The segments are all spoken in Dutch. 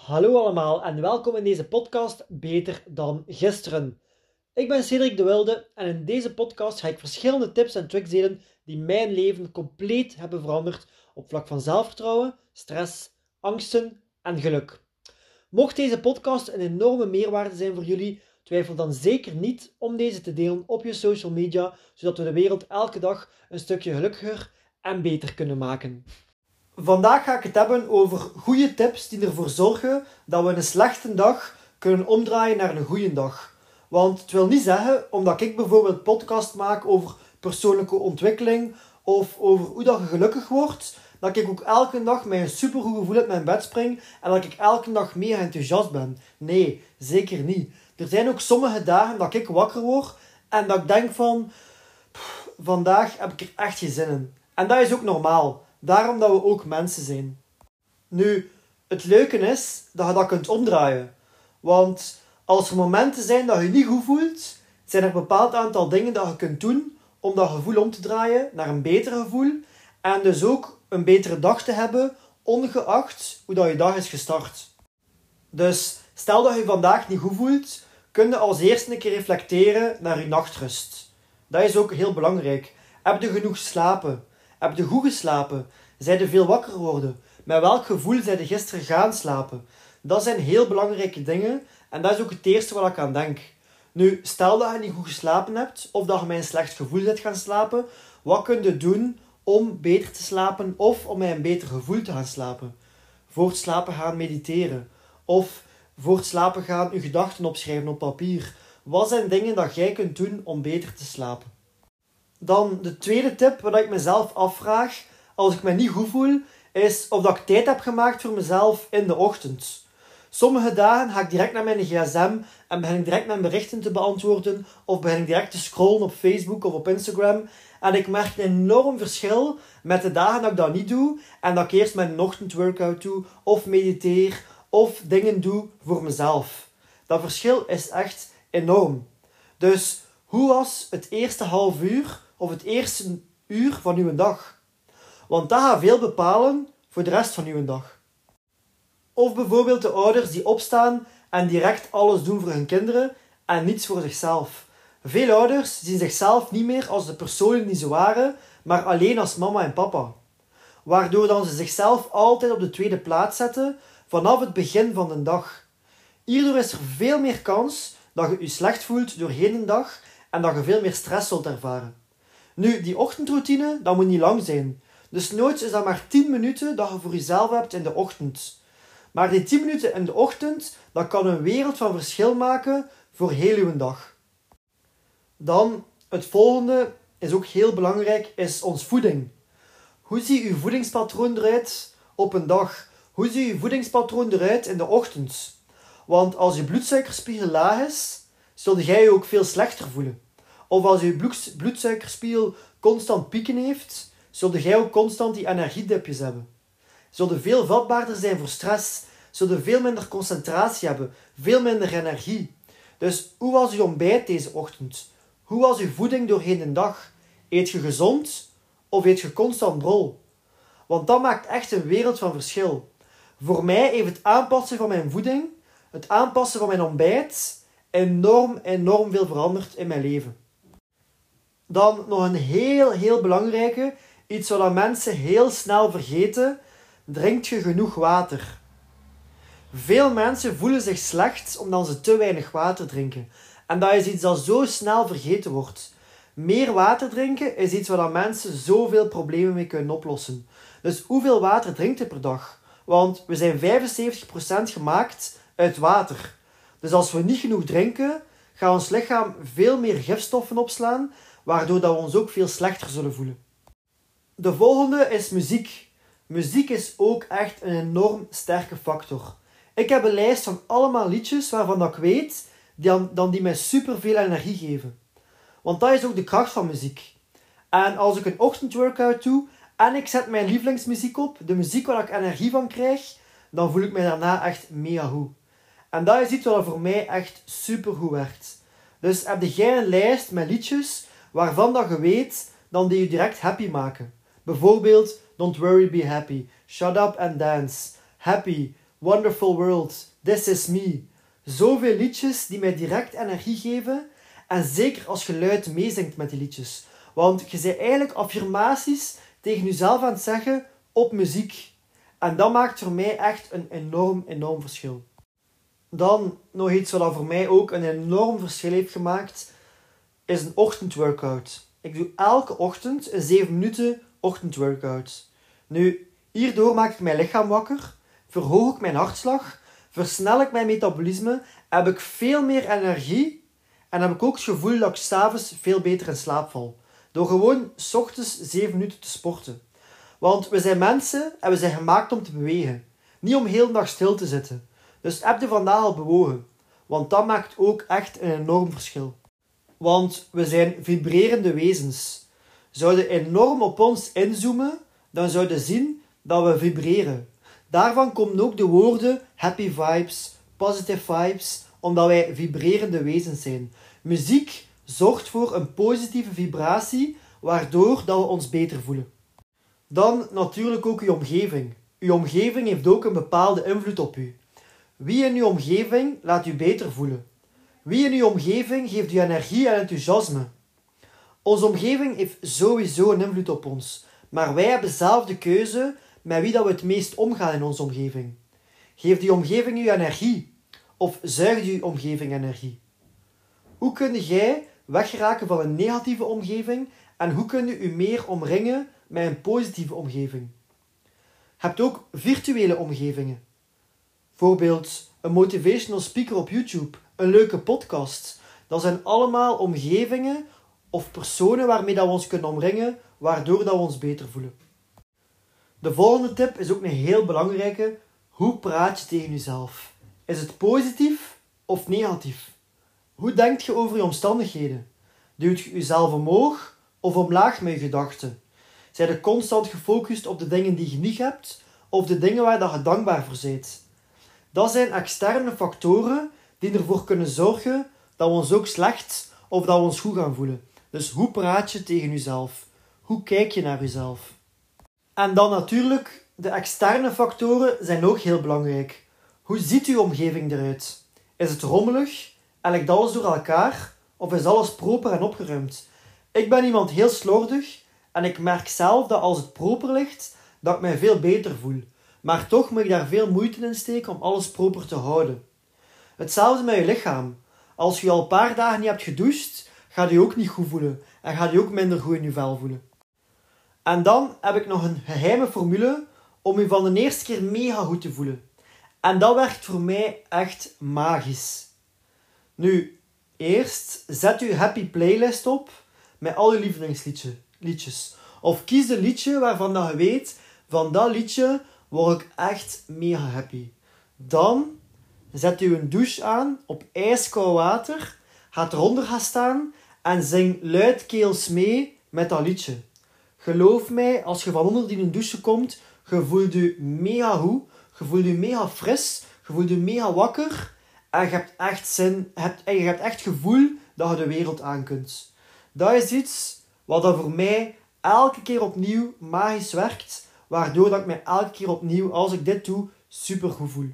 Hallo allemaal en welkom in deze podcast Beter dan Gisteren. Ik ben Cedric de Wilde en in deze podcast ga ik verschillende tips en tricks delen die mijn leven compleet hebben veranderd op vlak van zelfvertrouwen, stress, angsten en geluk. Mocht deze podcast een enorme meerwaarde zijn voor jullie, twijfel dan zeker niet om deze te delen op je social media, zodat we de wereld elke dag een stukje gelukkiger en beter kunnen maken. Vandaag ga ik het hebben over goede tips die ervoor zorgen dat we een slechte dag kunnen omdraaien naar een goede dag. Want het wil niet zeggen, omdat ik bijvoorbeeld podcast maak over persoonlijke ontwikkeling of over hoe dat je gelukkig wordt, dat ik ook elke dag met een supergoed gevoel uit mijn bed spring en dat ik elke dag mega enthousiast ben. Nee, zeker niet. Er zijn ook sommige dagen dat ik wakker word en dat ik denk van, vandaag heb ik er echt geen zin in. En dat is ook normaal. Daarom dat we ook mensen zijn. Nu, het leuke is dat je dat kunt omdraaien. Want als er momenten zijn dat je niet goed voelt, zijn er een bepaald aantal dingen dat je kunt doen om dat gevoel om te draaien naar een beter gevoel. En dus ook een betere dag te hebben, ongeacht hoe dat je dag is gestart. Dus stel dat je vandaag niet goed voelt, kun je als eerste een keer reflecteren naar je nachtrust. Dat is ook heel belangrijk. Heb je genoeg geslapen? Heb je goed geslapen? Zijn je veel wakker geworden? Met welk gevoel zijn je gisteren gaan slapen? Dat zijn heel belangrijke dingen en dat is ook het eerste wat ik aan denk. Nu, stel dat je niet goed geslapen hebt of dat je met een slecht gevoel bent gaan slapen, wat kun je doen om beter te slapen of om met een beter gevoel te gaan slapen? Voor het slapen gaan mediteren of voor het slapen gaan je gedachten opschrijven op papier. Wat zijn dingen dat jij kunt doen om beter te slapen? Dan de tweede tip, wat ik mezelf afvraag als ik me niet goed voel, is of dat ik tijd heb gemaakt voor mezelf in de ochtend. Sommige dagen ga ik direct naar mijn gsm en begin ik direct mijn berichten te beantwoorden of begin ik direct te scrollen op Facebook of op Instagram. En ik merk een enorm verschil met de dagen dat ik dat niet doe en dat ik eerst mijn ochtendworkout doe of mediteer of dingen doe voor mezelf. Dat verschil is echt enorm. Dus hoe was het eerste half uur of het eerste uur van uw dag? Want dat gaat veel bepalen voor de rest van uw dag. Of bijvoorbeeld de ouders die opstaan en direct alles doen voor hun kinderen en niets voor zichzelf. Veel ouders zien zichzelf niet meer als de personen die ze waren, maar alleen als mama en papa. Waardoor dan ze zichzelf altijd op de tweede plaats zetten vanaf het begin van de dag. Hierdoor is er veel meer kans dat je je slecht voelt doorheen de dag en dat je veel meer stress zult ervaren. Nu, die ochtendroutine, dat moet niet lang zijn. Dus nooit is dat maar 10 minuten dat je voor jezelf hebt in de ochtend. Maar die 10 minuten in de ochtend, dat kan een wereld van verschil maken voor heel uw dag. Dan, het volgende is ook heel belangrijk, is ons voeding. Hoe ziet uw voedingspatroon eruit op een dag? Hoe ziet uw voedingspatroon eruit in de ochtend? Want als je bloedsuikerspiegel laag is, zul jij je ook veel slechter voelen. Of als je bloedsuikerspiegel constant pieken heeft, zul jij ook constant die energiedipjes hebben. Zul je veel vatbaarder zijn voor stress, zul je veel minder concentratie hebben, veel minder energie. Dus hoe was je ontbijt deze ochtend? Hoe was je voeding doorheen de dag? Eet je gezond of eet je constant brol? Want dat maakt echt een wereld van verschil. Voor mij heeft het aanpassen van mijn voeding, het aanpassen van mijn ontbijt, enorm veel veranderd in mijn leven. Dan nog een heel belangrijke, iets wat mensen heel snel vergeten. Drink je genoeg water? Veel mensen voelen zich slecht omdat ze te weinig water drinken. En dat is iets dat zo snel vergeten wordt. Meer water drinken is iets waar mensen zoveel problemen mee kunnen oplossen. Dus hoeveel water drinkt je per dag? Want we zijn 75% gemaakt uit water. Dus als we niet genoeg drinken, gaat ons lichaam veel meer gifstoffen opslaan, waardoor dat we ons ook veel slechter zullen voelen. De volgende is muziek. Muziek is ook echt een enorm sterke factor. Ik heb een lijst van allemaal liedjes waarvan dat ik weet die mij superveel energie geven. Want dat is ook de kracht van muziek. En als ik een ochtendworkout doe en ik zet mijn lievelingsmuziek op, de muziek waar ik energie van krijg, dan voel ik me daarna echt mega goed. En dat is iets wat voor mij echt supergoed werkt. Dus heb jij een lijst met liedjes waarvan dat je weet dat die je direct happy maken. Bijvoorbeeld Don't Worry Be Happy, Shut Up and Dance, Happy, Wonderful World, This Is Me. Zoveel liedjes die mij direct energie geven. En zeker als je luid meezingt met die liedjes. Want je bent eigenlijk affirmaties tegen jezelf aan het zeggen op muziek. En dat maakt voor mij echt een enorm verschil. Dan nog iets wat voor mij ook een enorm verschil heeft gemaakt, is een ochtendworkout. Ik doe elke ochtend een 7 minuten ochtendworkout. Nu, hierdoor maak ik mijn lichaam wakker, verhoog ik mijn hartslag, versnel ik mijn metabolisme, heb ik veel meer energie en heb ik ook het gevoel dat ik 's avonds veel beter in slaap val. Door gewoon 's ochtends 7 minuten te sporten. Want we zijn mensen en we zijn gemaakt om te bewegen. Niet om heel de dag stil te zitten. Dus heb je vandaag al bewogen. Want dat maakt ook echt een enorm verschil. Want we zijn vibrerende wezens. Zouden enorm op ons inzoomen, dan zouden zien dat we vibreren. Daarvan komen ook de woorden happy vibes, positive vibes, omdat wij vibrerende wezens zijn. Muziek zorgt voor een positieve vibratie, waardoor dat we ons beter voelen. Dan natuurlijk ook uw omgeving. Uw omgeving heeft ook een bepaalde invloed op u. Wie in uw omgeving laat u beter voelen? Wie in uw omgeving geeft u energie en enthousiasme? Onze omgeving heeft sowieso een invloed op ons, maar wij hebben zelf de keuze met wie dat we het meest omgaan in onze omgeving. Geeft die omgeving u energie? Of zuigt uw omgeving energie? Hoe kun jij weggeraken van een negatieve omgeving en hoe kun je u meer omringen met een positieve omgeving? Je hebt ook virtuele omgevingen. Bijvoorbeeld een motivational speaker op YouTube, een leuke podcast. Dat zijn allemaal omgevingen of personen waarmee dat we ons kunnen omringen, waardoor dat we ons beter voelen. De volgende tip is ook een heel belangrijke. Hoe praat je tegen jezelf? Is het positief of negatief? Hoe denk je over je omstandigheden? Duwt je jezelf omhoog of omlaag met je gedachten? Zijn je constant gefocust op de dingen die je niet hebt of de dingen waar dat je dankbaar voor bent? Dat zijn externe factoren die ervoor kunnen zorgen dat we ons ook slecht of dat we ons goed gaan voelen. Dus hoe praat je tegen jezelf? Hoe kijk je naar jezelf? En dan natuurlijk, de externe factoren zijn ook heel belangrijk. Hoe ziet uw omgeving eruit? Is het rommelig en ligt alles door elkaar? Of is alles proper en opgeruimd? Ik ben iemand heel slordig en ik merk zelf dat als het proper ligt, dat ik mij veel beter voel. Maar toch moet ik daar veel moeite in steken om alles proper te houden. Hetzelfde met je lichaam. Als je al een paar dagen niet hebt gedoucht, gaat je ook niet goed voelen en gaat je ook minder goed in je vel voelen. En dan heb ik nog een geheime formule om je van de eerste keer mega goed te voelen. En dat werkt voor mij echt magisch. Nu, eerst zet je happy playlist op met al je lievelingsliedjes. Of kies een liedje waarvan dat je weet, van dat liedje word ik echt mega happy. Dan zet u een douche aan op ijskoud water, gaat eronder gaan staan en zing luidkeels mee met dat liedje. Geloof mij, als je van onder die douche komt, je voelt je mega goed, je voelt je mega fris, je voelt je mega wakker en je hebt echt zin, je hebt echt gevoel dat je de wereld aan kunt. Dat is iets wat dat voor mij elke keer opnieuw magisch werkt, waardoor dat ik mij elke keer opnieuw, als ik dit doe, super goed voel.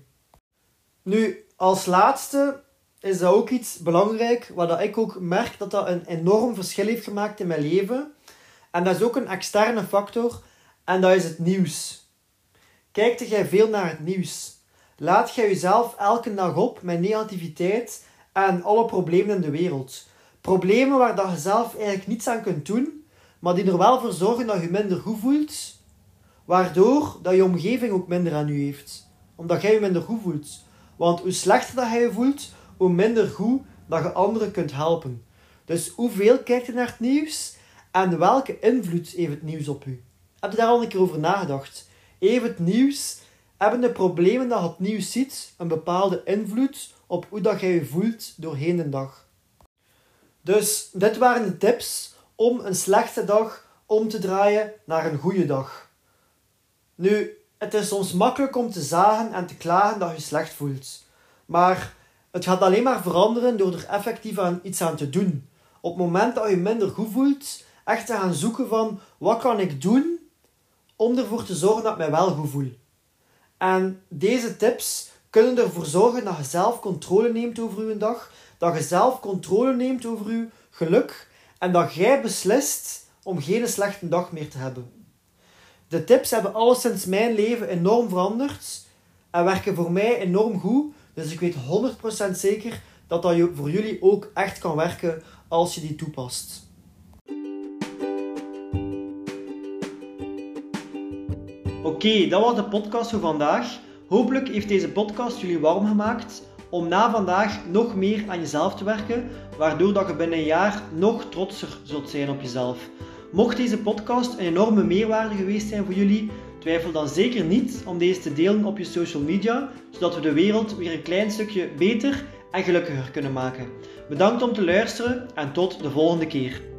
Nu, als laatste is dat ook iets belangrijk, wat dat ik ook merk dat dat een enorm verschil heeft gemaakt in mijn leven. En dat is ook een externe factor, en dat is het nieuws. Kijkt jij veel naar het nieuws? Laat jij jezelf elke dag op met negativiteit en alle problemen in de wereld? Problemen waar dat je zelf eigenlijk niets aan kunt doen, maar die er wel voor zorgen dat je minder goed voelt, waardoor dat je omgeving ook minder aan je heeft. Omdat jij je minder goed voelt. Want hoe slechter dat je je voelt, hoe minder goed dat je anderen kunt helpen. Dus hoeveel kijk je naar het nieuws en welke invloed heeft het nieuws op u? Heb je daar al een keer over nagedacht? Heeft het nieuws, hebben de problemen dat je het nieuws ziet, een bepaalde invloed op hoe dat jij je voelt doorheen de dag? Dus dit waren de tips om een slechte dag om te draaien naar een goede dag. Nu, het is soms makkelijk om te zagen en te klagen dat je slecht voelt. Maar het gaat alleen maar veranderen door er effectief iets aan te doen. Op het moment dat je minder goed voelt, echt te gaan zoeken van wat kan ik doen om ervoor te zorgen dat ik mij wel goed voel. En deze tips kunnen ervoor zorgen dat je zelf controle neemt over je dag, dat je zelf controle neemt over je geluk en dat jij beslist om geen slechte dag meer te hebben. De tips hebben alleszins mijn leven enorm veranderd en werken voor mij enorm goed, dus ik weet 100% zeker dat dat voor jullie ook echt kan werken als je die toepast. Oké, dat was de podcast voor vandaag. Hopelijk heeft deze podcast jullie warm gemaakt om na vandaag nog meer aan jezelf te werken, waardoor dat je binnen een jaar nog trotser zult zijn op jezelf. Mocht deze podcast een enorme meerwaarde geweest zijn voor jullie, twijfel dan zeker niet om deze te delen op je social media, zodat we de wereld weer een klein stukje beter en gelukkiger kunnen maken. Bedankt om te luisteren en tot de volgende keer.